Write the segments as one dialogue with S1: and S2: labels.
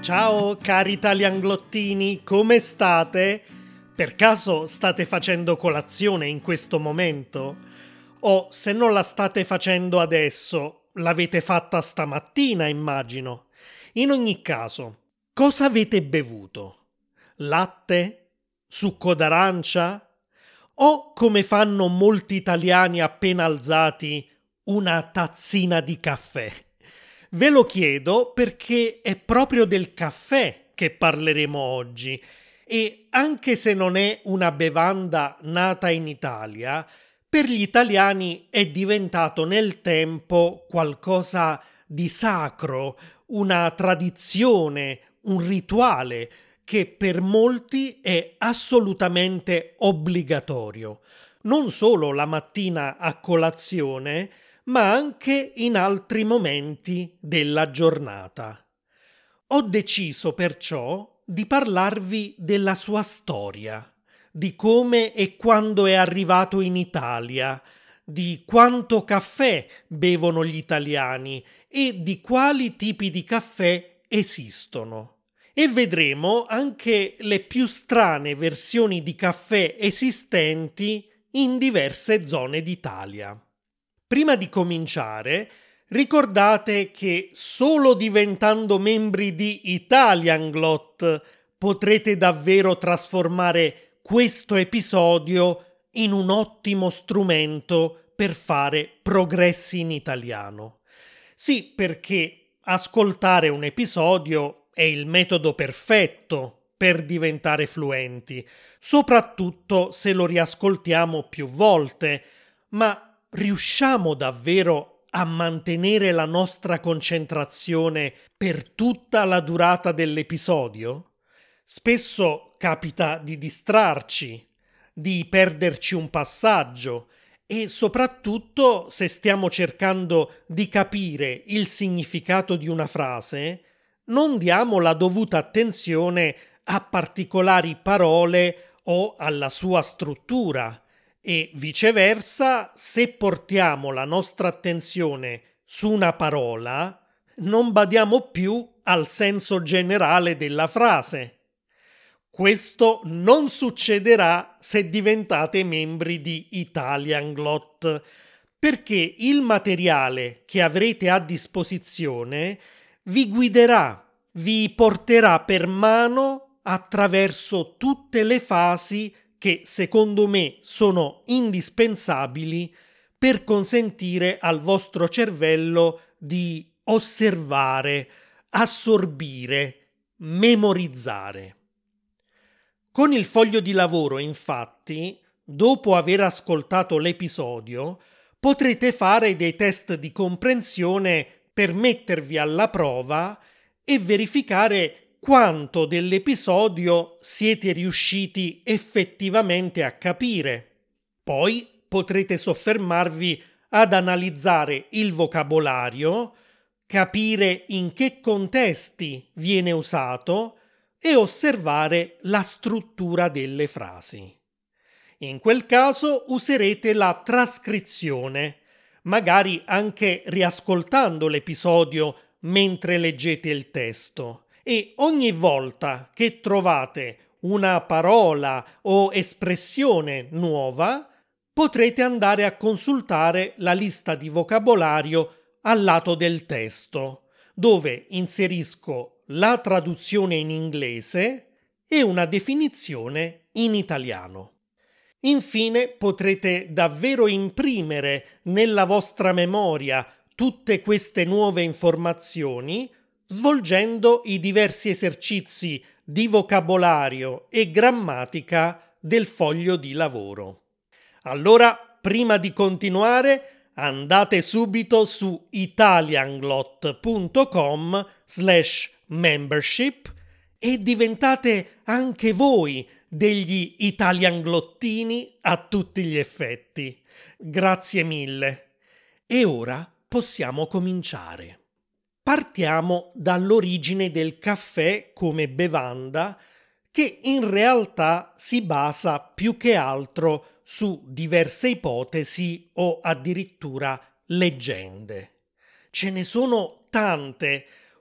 S1: Ciao cari italianglottini, come state? Per caso state facendo colazione in questo momento? O se non la state facendo adesso, l'avete fatta stamattina, immagino. In ogni caso, cosa avete bevuto? Latte? Succo d'arancia? O, come fanno molti italiani appena alzati, una tazzina di caffè? Ve lo chiedo perché è proprio del caffè che parleremo oggi e anche se non è una bevanda nata in Italia, per gli italiani è diventato nel tempo qualcosa di sacro, una tradizione, un rituale che per molti è assolutamente obbligatorio, non solo la mattina a colazione, ma anche in altri momenti della giornata. Ho deciso perciò di parlarvi della sua storia, di come e quando è arrivato in Italia, di quanto caffè bevono gli italiani e di quali tipi di caffè esistono. E vedremo anche le più strane versioni di caffè esistenti in diverse zone d'Italia. Prima di cominciare, ricordate che solo diventando membri di Italianglot potrete davvero trasformare questo episodio in un ottimo strumento per fare progressi in italiano. Sì, perché ascoltare un episodio è il metodo perfetto per diventare fluenti, soprattutto se lo riascoltiamo più volte, ma riusciamo davvero a mantenere la nostra concentrazione per tutta la durata dell'episodio? Spesso capita di distrarci, di perderci un passaggio e soprattutto se stiamo cercando di capire il significato di una frase, non diamo la dovuta attenzione a particolari parole o alla sua struttura. E viceversa, se portiamo la nostra attenzione su una parola, non badiamo più al senso generale della frase. Questo non succederà se diventate membri di Italianglot, perché il materiale che avrete a disposizione vi guiderà, vi porterà per mano attraverso tutte le fasi che secondo me sono indispensabili per consentire al vostro cervello di osservare, assorbire, memorizzare. Con il foglio di lavoro, infatti, dopo aver ascoltato l'episodio, potrete fare dei test di comprensione per mettervi alla prova e verificare quanto dell'episodio siete riusciti effettivamente a capire. Poi potrete soffermarvi ad analizzare il vocabolario, capire in che contesti viene usato e osservare la struttura delle frasi. In quel caso userete la trascrizione, magari anche riascoltando l'episodio mentre leggete il testo. E ogni volta che trovate una parola o espressione nuova, potrete andare a consultare la lista di vocabolario al lato del testo, dove inserisco la traduzione in inglese e una definizione in italiano. Infine potrete davvero imprimere nella vostra memoria tutte queste nuove informazioni svolgendo i diversi esercizi di vocabolario e grammatica del foglio di lavoro. Allora, prima di continuare, andate subito su italianglot.com/membership e diventate anche voi degli italianglottini a tutti gli effetti. Grazie mille. E ora possiamo cominciare. Partiamo dall'origine del caffè come bevanda, che in realtà si basa più che altro su diverse ipotesi o addirittura leggende. Ce ne sono tante.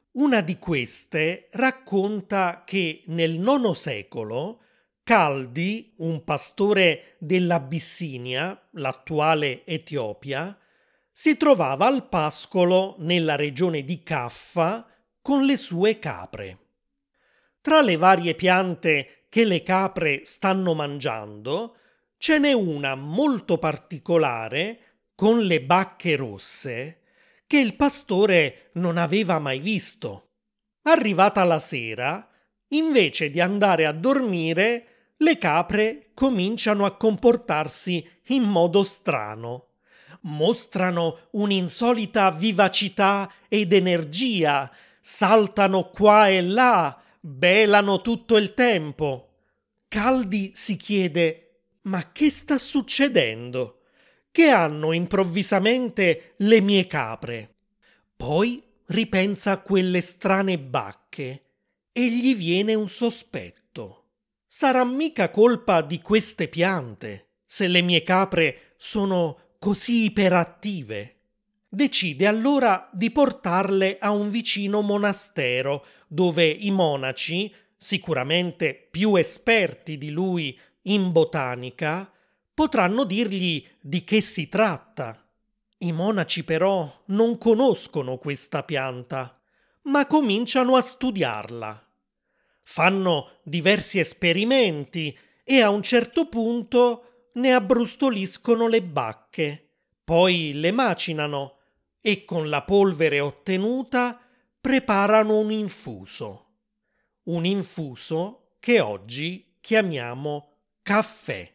S1: Una di queste racconta che nel IX secolo Caldi, un pastore dell'Abissinia, l'attuale Etiopia, si trovava al pascolo nella regione di Caffa con le sue capre. Tra le varie piante che le capre stanno mangiando, ce n'è una molto particolare con le bacche rosse che il pastore non aveva mai visto. Arrivata la sera, invece di andare a dormire, le capre cominciano a comportarsi in modo strano. Mostrano un'insolita vivacità ed energia, saltano qua e là, belano tutto il tempo. Caldi si chiede: ma che sta succedendo? Che hanno improvvisamente le mie capre? Poi ripensa a quelle strane bacche e gli viene un sospetto. Sarà mica colpa di queste piante se le mie capre sono così iperattive. Decide allora di portarle a un vicino monastero dove i monaci, sicuramente più esperti di lui in botanica, potranno dirgli di che si tratta. I monaci però non conoscono questa pianta, ma cominciano a studiarla. Fanno diversi esperimenti e a un certo punto ne abbrustoliscono le bacche, poi le macinano e con la polvere ottenuta preparano un infuso. Un infuso che oggi chiamiamo caffè.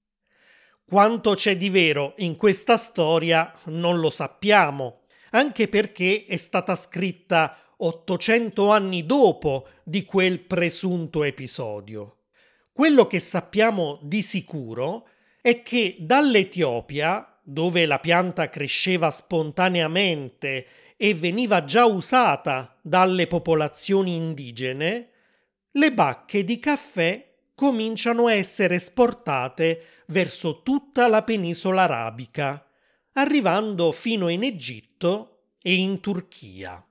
S1: Quanto c'è di vero in questa storia non lo sappiamo, anche perché è stata scritta 800 anni dopo di quel presunto episodio. Quello che sappiamo di sicuro è che dall'Etiopia, dove la pianta cresceva spontaneamente e veniva già usata dalle popolazioni indigene, le bacche di caffè cominciano a essere esportate verso tutta la penisola arabica, arrivando fino in Egitto e in Turchia.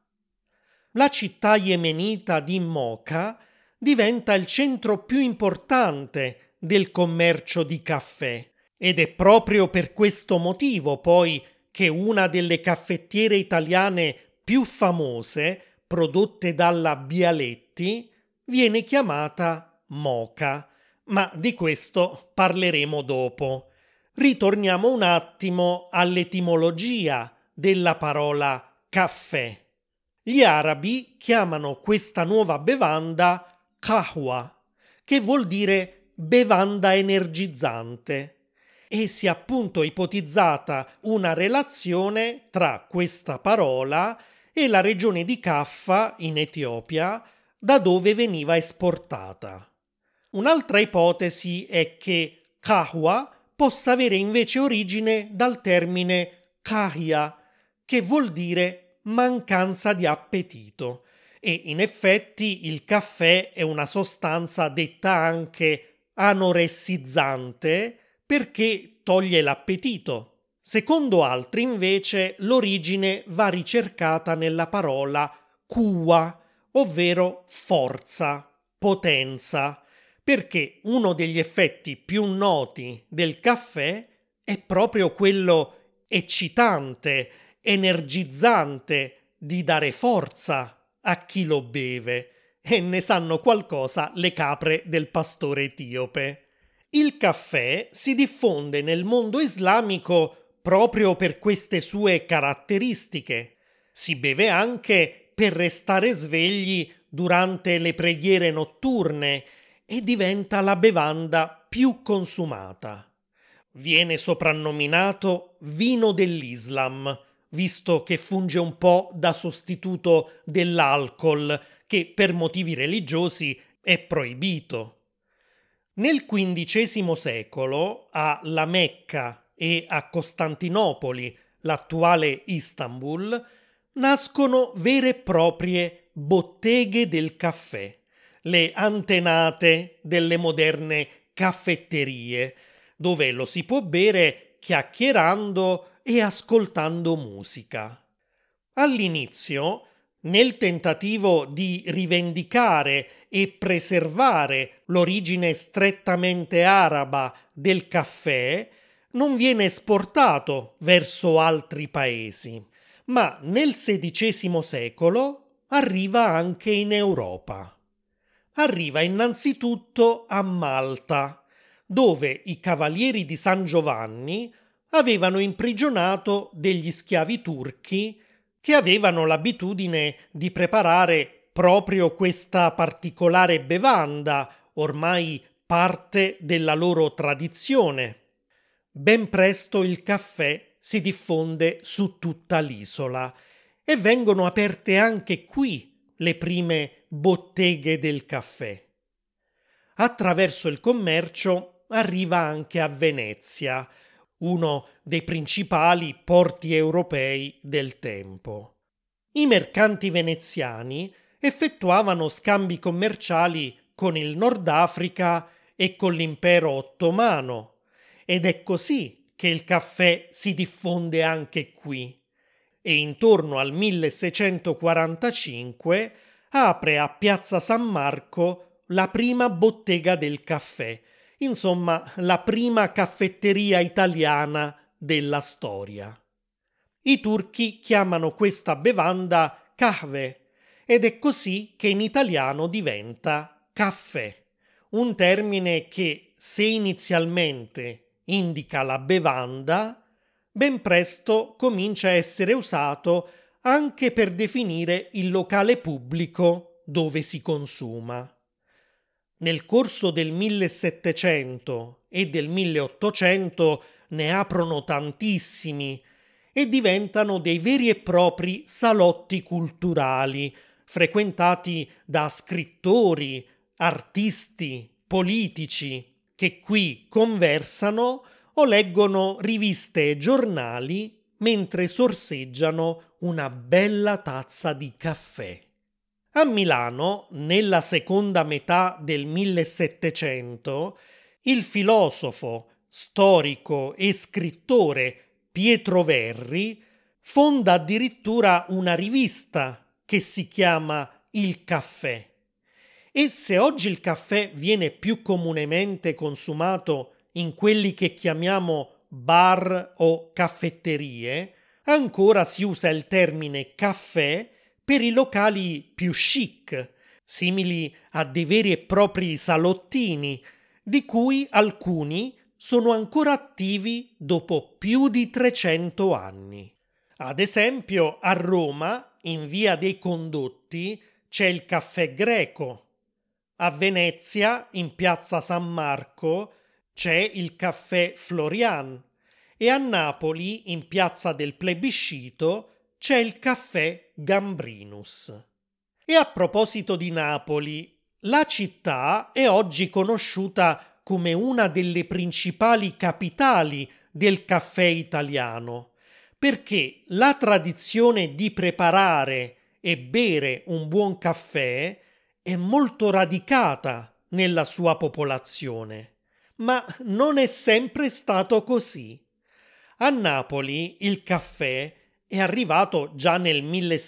S1: La città yemenita di Mocha diventa il centro più importante del commercio di caffè ed è proprio per questo motivo poi che una delle caffettiere italiane più famose, prodotte dalla Bialetti, viene chiamata Mocha, ma di questo parleremo dopo. Ritorniamo un attimo all'etimologia della parola caffè. Gli arabi chiamano questa nuova bevanda kahwa, che vuol dire bevanda energizzante, e si è appunto ipotizzata una relazione tra questa parola e la regione di Kaffa in Etiopia, da dove veniva esportata. Un'altra ipotesi è che kahwa possa avere invece origine dal termine kahia, che vuol dire mancanza di appetito, e in effetti il caffè è una sostanza detta anche anoressizzante perché toglie l'appetito. Secondo altri invece l'origine va ricercata nella parola quwa, ovvero forza, potenza, perché uno degli effetti più noti del caffè è proprio quello eccitante, energizzante, di dare forza a chi lo beve, e ne sanno qualcosa le capre del pastore etiope. Il caffè si diffonde nel mondo islamico proprio per queste sue caratteristiche. Si beve anche per restare svegli durante le preghiere notturne e diventa la bevanda più consumata. Viene soprannominato vino dell'Islam, visto che funge un po' da sostituto dell'alcol, che per motivi religiosi è proibito. Nel XV secolo a La Mecca e a Costantinopoli, l'attuale Istanbul, nascono vere e proprie botteghe del caffè, le antenate delle moderne caffetterie, dove lo si può bere chiacchierando e ascoltando musica. All'inizio Nel tentativo di rivendicare e preservare l'origine strettamente araba del caffè, non viene esportato verso altri paesi, ma nel XVI secolo arriva anche in Europa. Arriva innanzitutto a Malta, dove i cavalieri di San Giovanni avevano imprigionato degli schiavi turchi che avevano l'abitudine di preparare proprio questa particolare bevanda, ormai parte della loro tradizione. Ben presto il caffè si diffonde su tutta l'isola e vengono aperte anche qui le prime botteghe del caffè. Attraverso il commercio arriva anche a Venezia, uno dei principali porti europei del tempo. I mercanti veneziani effettuavano scambi commerciali con il Nord Africa e con l'impero ottomano, ed è così che il caffè si diffonde anche qui, e intorno al 1645 apre a Piazza San Marco la prima bottega del caffè, insomma la prima caffetteria italiana della storia. I turchi chiamano questa bevanda kahve ed è così che in italiano diventa caffè, un termine che, se inizialmente indica la bevanda, ben presto comincia a essere usato anche per definire il locale pubblico dove si consuma. Nel corso del 1700 e del 1800 ne aprono tantissimi e diventano dei veri e propri salotti culturali, frequentati da scrittori, artisti, politici, che qui conversano o leggono riviste e giornali mentre sorseggiano una bella tazza di caffè. A Milano, nella seconda metà del 1700, il filosofo, storico e scrittore Pietro Verri fonda addirittura una rivista che si chiama Il Caffè. E se oggi il caffè viene più comunemente consumato in quelli che chiamiamo bar o caffetterie, ancora si usa il termine caffè per i locali più chic, simili a dei veri e propri salottini, di cui alcuni sono ancora attivi dopo più di 300 anni. Ad esempio, a Roma, in via dei Condotti, c'è il Caffè Greco. A Venezia, in piazza San Marco, c'è il Caffè Florian e a Napoli, in piazza del Plebiscito, c'è il Caffè Gambrinus. E a proposito di Napoli, la città è oggi conosciuta come una delle principali capitali del caffè italiano, perché la tradizione di preparare e bere un buon caffè è molto radicata nella sua popolazione. Ma non è sempre stato così. A Napoli il caffè è arrivato già nel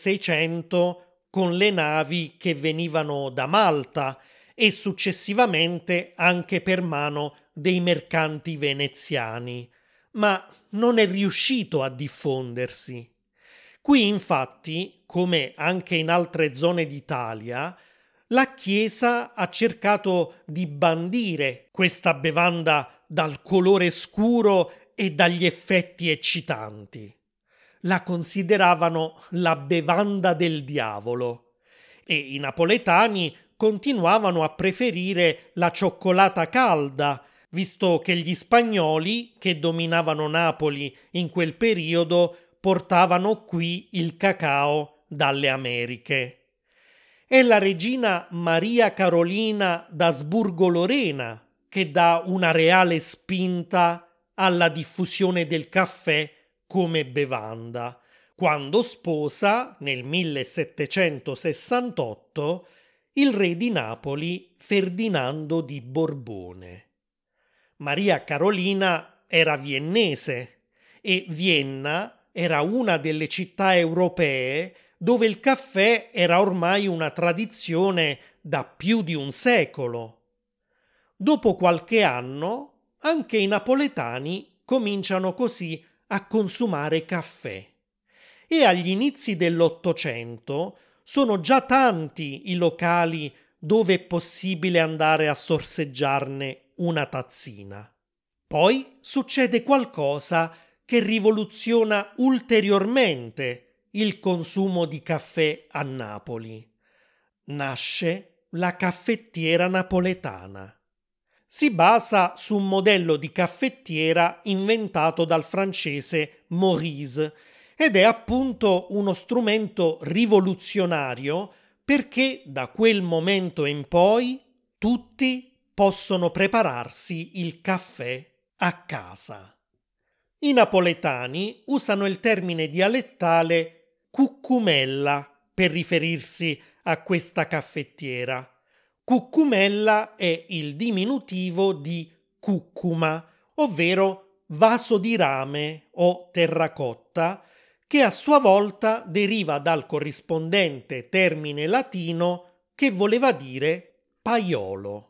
S1: 1600 con le navi che venivano da Malta e successivamente anche per mano dei mercanti veneziani, ma non è riuscito a diffondersi. Qui infatti, come anche in altre zone d'Italia, la Chiesa ha cercato di bandire questa bevanda dal colore scuro e dagli effetti eccitanti. La consideravano la bevanda del diavolo e i napoletani continuavano a preferire la cioccolata calda, visto che gli spagnoli, che dominavano Napoli in quel periodo, portavano qui il cacao dalle Americhe. È la regina Maria Carolina d'Asburgo-Lorena che dà una reale spinta alla diffusione del caffè come bevanda, quando sposa, nel 1768, il re di Napoli Ferdinando di Borbone. Maria Carolina era viennese e Vienna era una delle città europee dove il caffè era ormai una tradizione da più di un secolo. Dopo qualche anno, anche i napoletani cominciano così a consumare caffè. E agli inizi dell'Ottocento sono già tanti i locali dove è possibile andare a sorseggiarne una tazzina. Poi succede qualcosa che rivoluziona ulteriormente il consumo di caffè a Napoli. Nasce la caffettiera napoletana. Si basa su un modello di caffettiera inventato dal francese Maurice ed è appunto uno strumento rivoluzionario perché da quel momento in poi tutti possono prepararsi il caffè a casa. I napoletani usano il termine dialettale cuccumella per riferirsi a questa caffettiera. Cuccumella è il diminutivo di cuccuma, ovvero vaso di rame o terracotta, che a sua volta deriva dal corrispondente termine latino che voleva dire paiolo.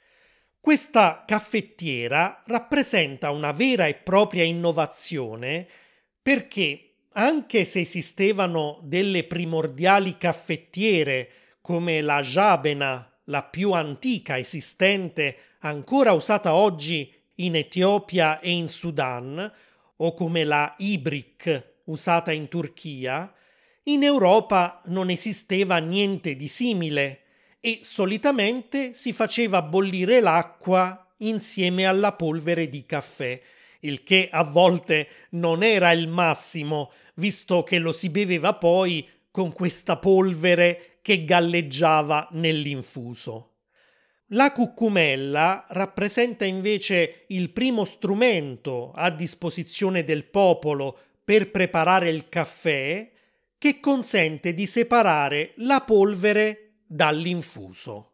S1: Questa caffettiera rappresenta una vera e propria innovazione perché, anche se esistevano delle primordiali caffettiere come la Jabena, la più antica esistente, ancora usata oggi in Etiopia e in Sudan, o come la Ibrik, usata in Turchia, in Europa non esisteva niente di simile e solitamente si faceva bollire l'acqua insieme alla polvere di caffè, il che a volte non era il massimo, visto che lo si beveva poi con questa polvere che galleggiava nell'infuso. La cuccumella rappresenta invece il primo strumento a disposizione del popolo per preparare il caffè che consente di separare la polvere dall'infuso.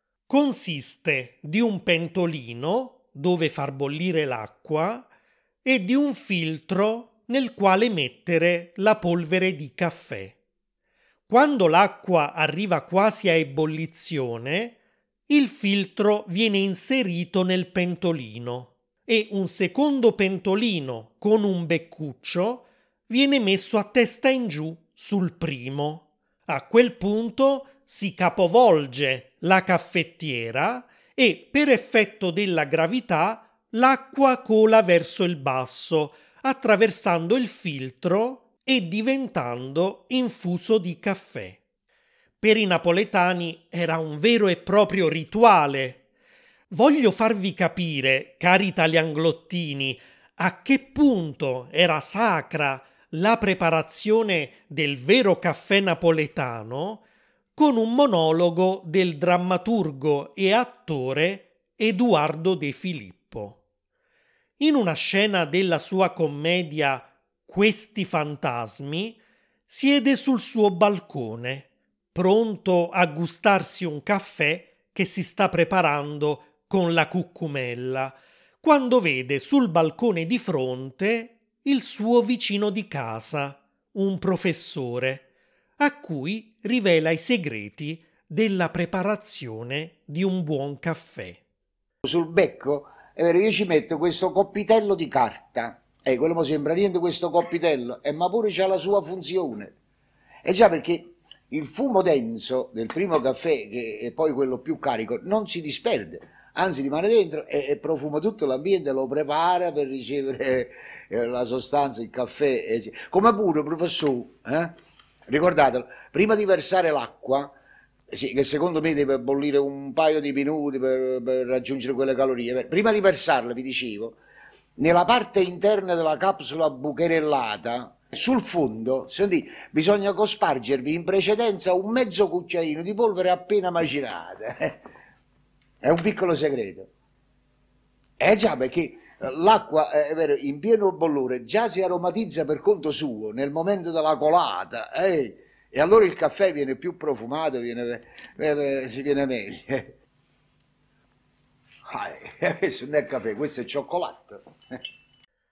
S1: Consiste di un pentolino dove far bollire l'acqua e di un filtro nel quale mettere la polvere di caffè. Quando l'acqua arriva quasi a ebollizione, il filtro viene inserito nel pentolino e un secondo pentolino con un beccuccio viene messo a testa in giù sul primo. A quel punto si capovolge la caffettiera e per effetto della gravità l'acqua cola verso il basso, attraversando il filtro e diventando infuso di caffè. Per i napoletani era un vero e proprio rituale. Voglio farvi capire, cari italianglottini, a che punto era sacra la preparazione del vero caffè napoletano con un monologo del drammaturgo e attore Edoardo De Filippo. In una scena della sua commedia Questi fantasmi siede sul suo balcone, pronto a gustarsi un caffè che si sta preparando con la cuccumella, quando vede sul balcone di fronte il suo vicino di casa, un professore, a cui rivela i segreti della preparazione di un buon caffè.
S2: Sul becco, è vero, io ci metto questo coppitello di carta. Quello mi sembra niente questo coppitello, ma pure c'ha la sua funzione. E già perché il fumo denso del primo caffè, che è poi quello più carico, non si disperde, anzi rimane dentro e profuma tutto l'ambiente, lo prepara per ricevere la sostanza, il caffè. Come pure, professore, ricordatelo, prima di versare l'acqua, sì, che secondo me deve bollire un paio di minuti per raggiungere quelle calorie. Prima di versarle, vi dicevo, nella parte interna della capsula bucherellata, sul fondo, senti, bisogna cospargervi in precedenza un mezzo cucchiaino di polvere appena macinata. È un piccolo segreto. Già, perché l'acqua, è vero, in pieno bollore già si aromatizza per conto suo nel momento della colata, e allora il caffè viene più profumato, si viene meglio. Questo non è caffè, questo è cioccolato.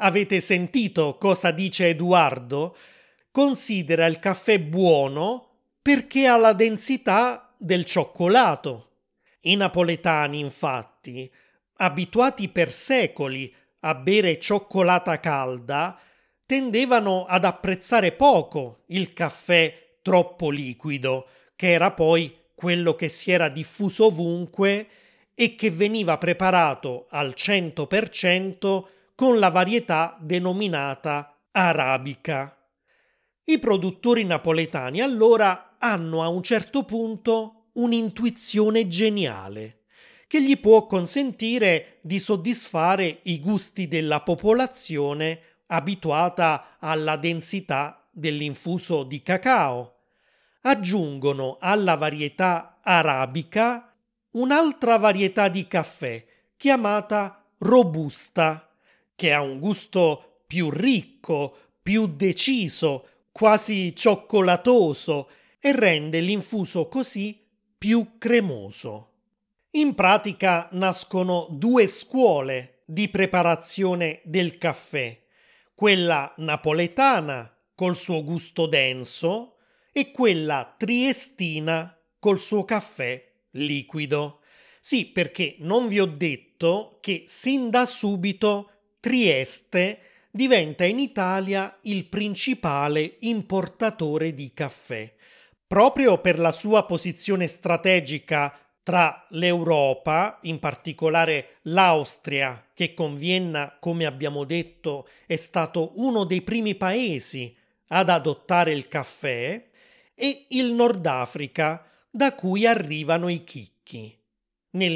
S1: avete sentito cosa dice Edoardo? Considera il caffè buono perché ha la densità del cioccolato. I napoletani, infatti, abituati per secoli a bere cioccolata calda, tendevano ad apprezzare poco il caffè troppo liquido, che era poi quello che si era diffuso ovunque e che veniva preparato al 100% con la varietà denominata arabica. I produttori napoletani allora hanno a un certo punto un'intuizione geniale che gli può consentire di soddisfare i gusti della popolazione abituata alla densità dell'infuso di cacao. Aggiungono alla varietà arabica un'altra varietà di caffè chiamata robusta, che ha un gusto più ricco, più deciso, quasi cioccolatoso e rende l'infuso così più cremoso. In pratica nascono due scuole di preparazione del caffè, quella napoletana col suo gusto denso e quella triestina col suo caffè liquido. Sì, perché non vi ho detto che sin da subito Trieste diventa in Italia il principale importatore di caffè, proprio per la sua posizione strategica tra l'Europa, in particolare l'Austria, che con Vienna, come abbiamo detto, è stato uno dei primi paesi ad adottare il caffè, e il Nord Africa, da cui arrivano i chicchi. Nel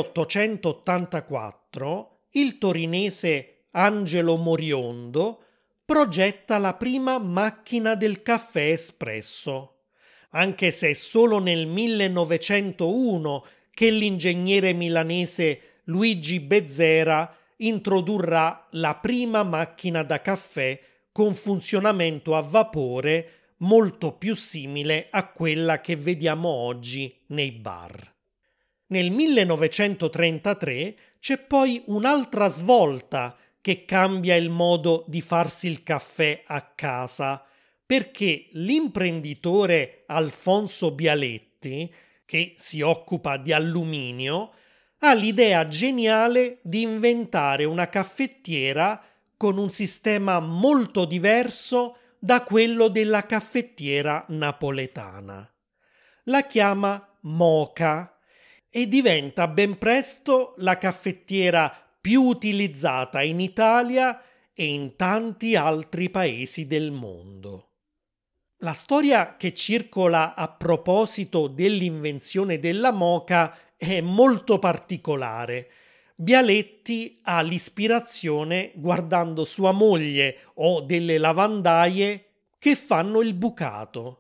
S1: 1884 il torinese Angelo Moriondo progetta la prima macchina del caffè espresso, anche se è solo nel 1901 che l'ingegnere milanese Luigi Bezzera introdurrà la prima macchina da caffè con funzionamento a vapore molto più simile a quella che vediamo oggi nei bar. Nel 1933 c'è poi un'altra svolta che cambia il modo di farsi il caffè a casa, perché l'imprenditore Alfonso Bialetti, che si occupa di alluminio, ha l'idea geniale di inventare una caffettiera con un sistema molto diverso da quello della caffettiera napoletana. La chiama Moka e diventa ben presto la caffettiera più utilizzata in Italia e in tanti altri paesi del mondo. La storia che circola a proposito dell'invenzione della moka è molto particolare. Bialetti ha l'ispirazione guardando sua moglie o delle lavandaie che fanno il bucato.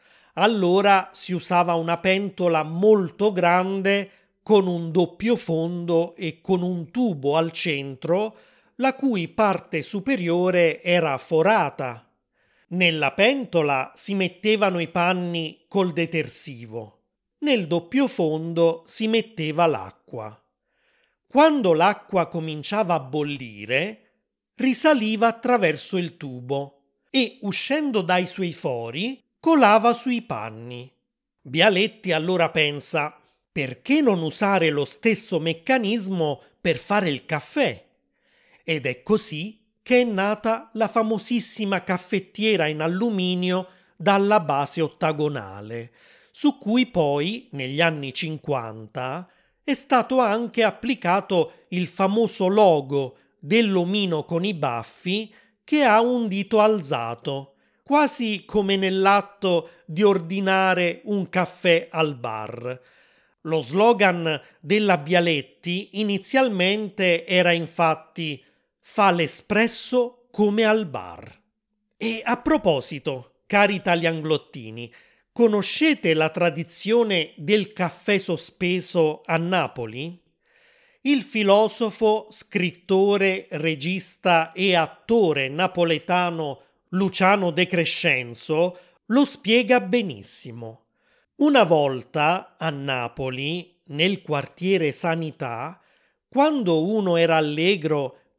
S1: Allora si usava una pentola molto grande con un doppio fondo e con un tubo al centro, la cui parte superiore era forata. Nella pentola si mettevano i panni col detersivo. Nel doppio fondo si metteva l'acqua. Quando l'acqua cominciava a bollire, risaliva attraverso il tubo e, uscendo dai suoi fori, colava sui panni. Bialetti allora pensa: perché non usare lo stesso meccanismo per fare il caffè? Ed è così che è nata la famosissima caffettiera in alluminio dalla base ottagonale, su cui poi, negli anni 50, è stato anche applicato il famoso logo dell'omino con i baffi che ha un dito alzato, quasi come nell'atto di ordinare un caffè al bar. Lo slogan della Bialetti inizialmente era infatti "Fa l'espresso come al bar". E a proposito, cari italianglottini, conoscete la tradizione del caffè sospeso a Napoli? Il filosofo, scrittore, regista e attore napoletano Luciano De Crescenzo lo spiega benissimo. Una volta a Napoli, nel quartiere Sanità, quando uno era allegro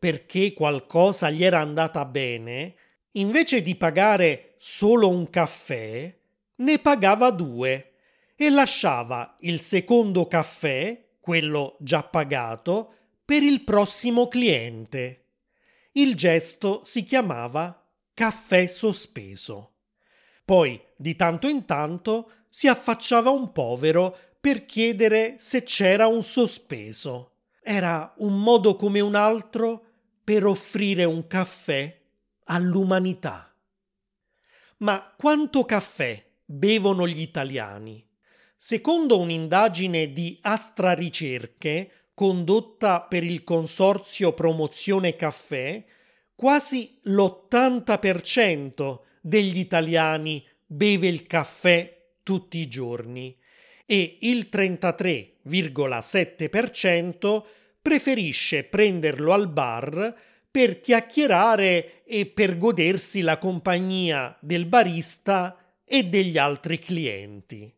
S1: perché qualcosa gli era andata bene, invece di pagare solo un caffè, ne pagava 2 e lasciava il secondo caffè, quello già pagato, per il prossimo cliente. Il gesto si chiamava caffè sospeso. Poi, di tanto in tanto, si affacciava un povero per chiedere se c'era un sospeso. Era un modo come un altro per offrire un caffè all'umanità. Ma quanto caffè bevono gli italiani? Secondo un'indagine di Astra Ricerche condotta per il Consorzio Promozione Caffè, quasi l'80% degli italiani beve il caffè tutti i giorni e il 33,7% preferisce prenderlo al bar per chiacchierare e per godersi la compagnia del barista e degli altri clienti.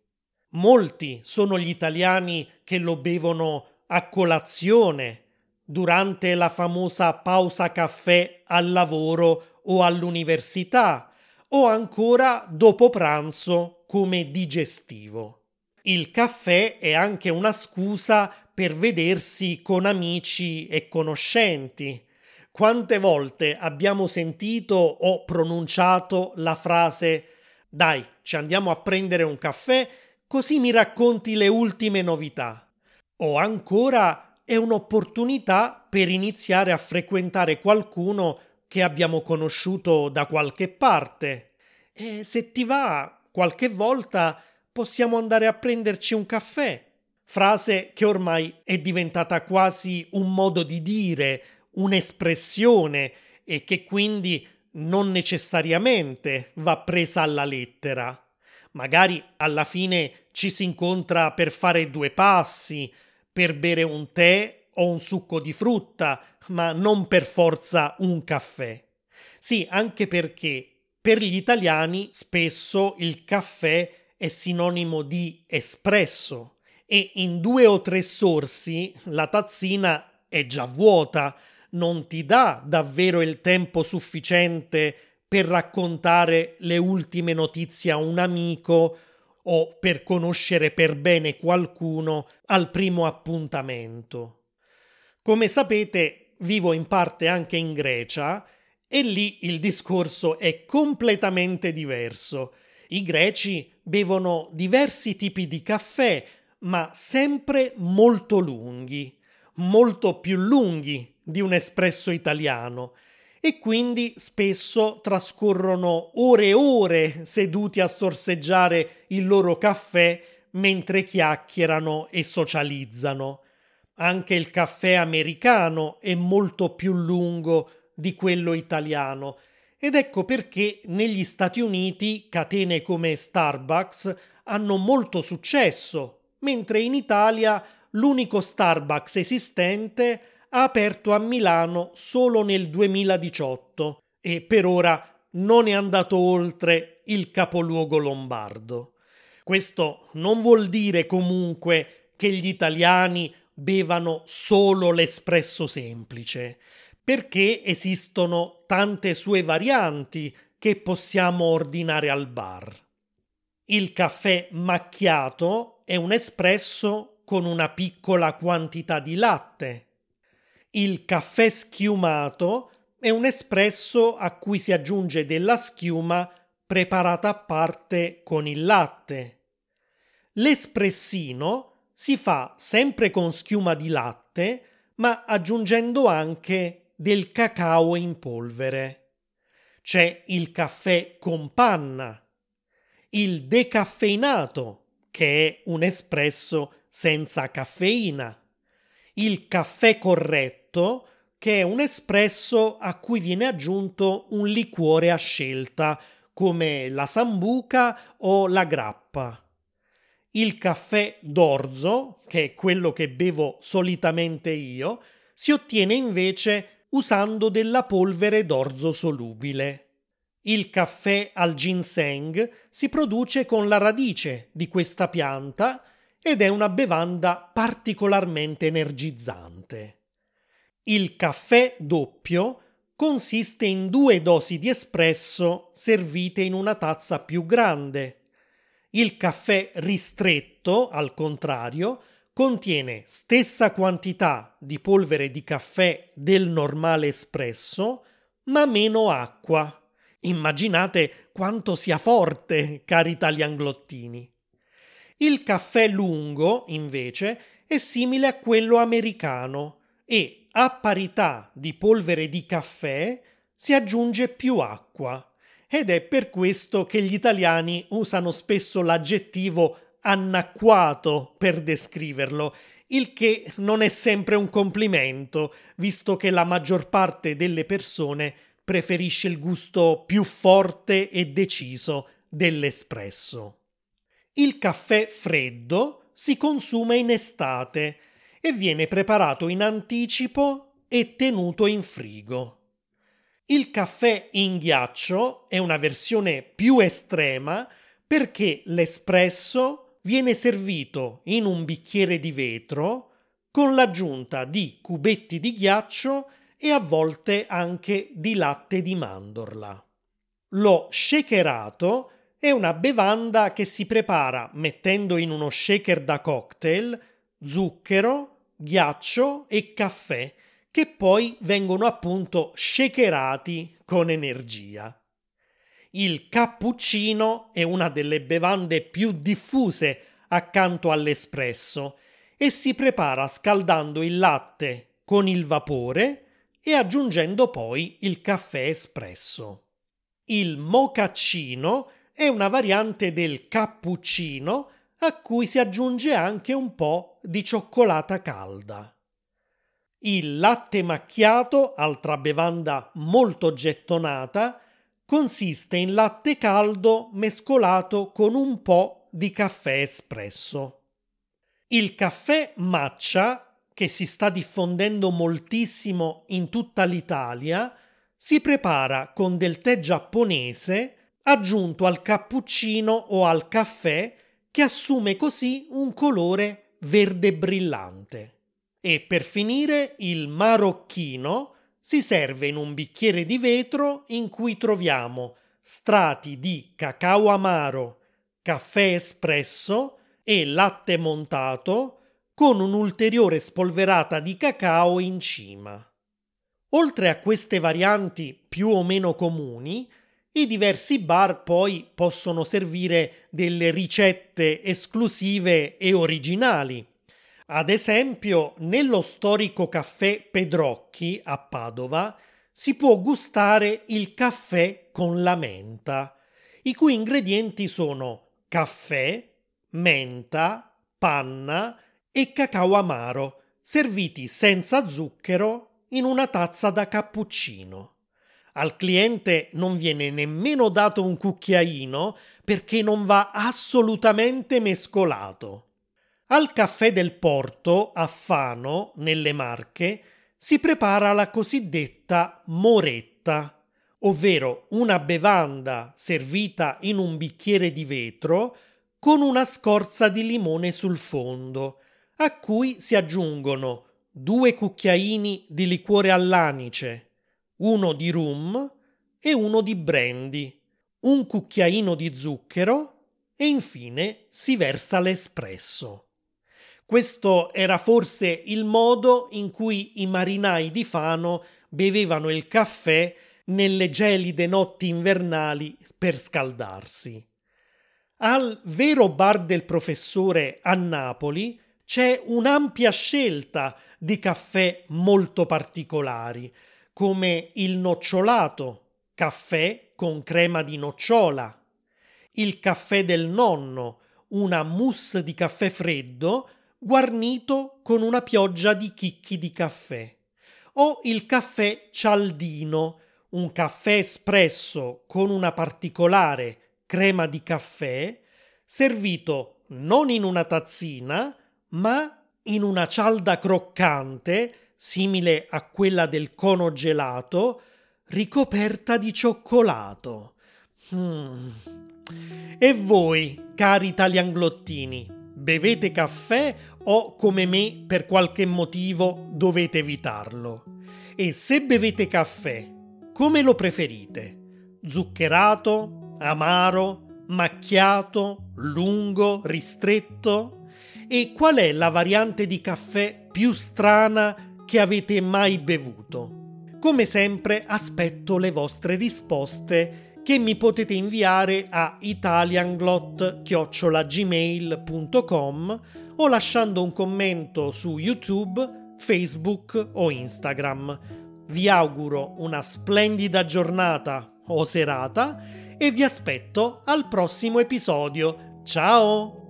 S1: Molti sono gli italiani che lo bevono a colazione, durante la famosa pausa caffè al lavoro o all'università, o ancora dopo pranzo come digestivo. Il caffè è anche una scusa per vedersi con amici e conoscenti. Quante volte abbiamo sentito o pronunciato la frase «Dai, ci andiamo a prendere un caffè, così mi racconti le ultime novità». O ancora è un'opportunità per iniziare a frequentare qualcuno che abbiamo conosciuto da qualche parte. E se ti va, qualche volta possiamo andare a prenderci un caffè. Frase che ormai è diventata quasi un modo di dire, un'espressione e che quindi non necessariamente va presa alla lettera. Magari alla fine ci si incontra per fare 2 passi, per bere un tè o un succo di frutta, ma non per forza un caffè. Sì, anche perché per gli italiani spesso il caffè è sinonimo di espresso e in 2 o 3 sorsi la tazzina è già vuota, non ti dà davvero il tempo sufficiente per raccontare le ultime notizie a un amico o per conoscere per bene qualcuno al primo appuntamento. Come sapete, vivo in parte anche in Grecia e lì il discorso è completamente diverso. I greci bevono diversi tipi di caffè, ma sempre molto lunghi, molto più lunghi di un espresso italiano, e quindi spesso trascorrono ore e ore seduti a sorseggiare il loro caffè mentre chiacchierano e socializzano. Anche il caffè americano è molto più lungo di quello italiano ed ecco perché negli Stati Uniti catene come Starbucks hanno molto successo, mentre in Italia l'unico Starbucks esistente ha aperto a Milano solo nel 2018 e per ora non è andato oltre il capoluogo lombardo. Questo non vuol dire comunque che gli italiani bevano solo l'espresso semplice, perché esistono tante sue varianti che possiamo ordinare al bar. Il caffè macchiato è un espresso con una piccola quantità di latte. Il caffè schiumato è un espresso a cui si aggiunge della schiuma preparata a parte con il latte. L'espressino si fa sempre con schiuma di latte, ma aggiungendo anche del cacao in polvere. C'è il caffè con panna, il decaffeinato, che è un espresso senza caffeina, il caffè corretto, che è un espresso a cui viene aggiunto un liquore a scelta, come la sambuca o la grappa. Il caffè d'orzo, che è quello che bevo solitamente io, si ottiene invece usando della polvere d'orzo solubile. Il caffè al ginseng si produce con la radice di questa pianta ed è una bevanda particolarmente energizzante. Il caffè doppio consiste in 2 dosi di espresso servite in una tazza più grande. Il caffè ristretto, al contrario, contiene stessa quantità di polvere di caffè del normale espresso, ma meno acqua. Immaginate quanto sia forte, cari italianglottini. Il caffè lungo, invece, è simile a quello americano e, a parità di polvere di caffè, si aggiunge più acqua. Ed è per questo che gli italiani usano spesso l'aggettivo annacquato per descriverlo, il che non è sempre un complimento, visto che la maggior parte delle persone preferisce il gusto più forte e deciso dell'espresso. Il caffè freddo si consuma in estate e viene preparato in anticipo e tenuto in frigo. Il caffè in ghiaccio è una versione più estrema perché l'espresso viene servito in un bicchiere di vetro con l'aggiunta di cubetti di ghiaccio e a volte anche di latte di mandorla. Lo shakerato è una bevanda che si prepara mettendo in uno shaker da cocktail zucchero, ghiaccio e caffè, che poi vengono appunto shakerati con energia. Il cappuccino è una delle bevande più diffuse accanto all'espresso e si prepara scaldando il latte con il vapore e aggiungendo poi il caffè espresso. Il mocaccino è una variante del cappuccino a cui si aggiunge anche un po' di cioccolata calda. Il latte macchiato, altra bevanda molto gettonata, consiste in latte caldo mescolato con un po' di caffè espresso. Il caffè matcha, che si sta diffondendo moltissimo in tutta l'Italia, si prepara con del tè giapponese aggiunto al cappuccino o al caffè, che assume così un colore verde brillante. E per finire il marocchino si serve in un bicchiere di vetro in cui troviamo strati di cacao amaro, caffè espresso e latte montato con un'ulteriore spolverata di cacao in cima. Oltre a queste varianti più o meno comuni, i diversi bar poi possono servire delle ricette esclusive e originali. Ad esempio, nello storico caffè Pedrocchi a Padova si può gustare il caffè con la menta, i cui ingredienti sono caffè, menta, panna e cacao amaro, serviti senza zucchero in una tazza da cappuccino. Al cliente non viene nemmeno dato un cucchiaino perché non va assolutamente mescolato. Al caffè del Porto, a Fano, nelle Marche, si prepara la cosiddetta moretta, ovvero una bevanda servita in un bicchiere di vetro con una scorza di limone sul fondo, a cui si aggiungono 2 cucchiaini di liquore all'anice, 1 di rum e 1 di brandy, un cucchiaino di zucchero e infine si versa l'espresso. Questo era forse il modo in cui i marinai di Fano bevevano il caffè nelle gelide notti invernali per scaldarsi. Al Vero Bar del Professore a Napoli c'è un'ampia scelta di caffè molto particolari, come il nocciolato, caffè con crema di nocciola, il caffè del nonno, una mousse di caffè freddo guarnito con una pioggia di chicchi di caffè, o il caffè cialdino, un caffè espresso con una particolare crema di caffè, servito non in una tazzina, ma in una cialda croccante, simile a quella del cono gelato, ricoperta di cioccolato. E voi, cari italianglottini, bevete caffè o come me per qualche motivo dovete evitarlo? E se bevete caffè, come lo preferite? Zuccherato, amaro, macchiato, lungo, ristretto? E qual è la variante di caffè più strana che avete mai bevuto? Come sempre aspetto le vostre risposte che mi potete inviare a italianglot@gmail.com o lasciando un commento su YouTube, Facebook o Instagram. Vi auguro una splendida giornata o serata e vi aspetto al prossimo episodio. Ciao!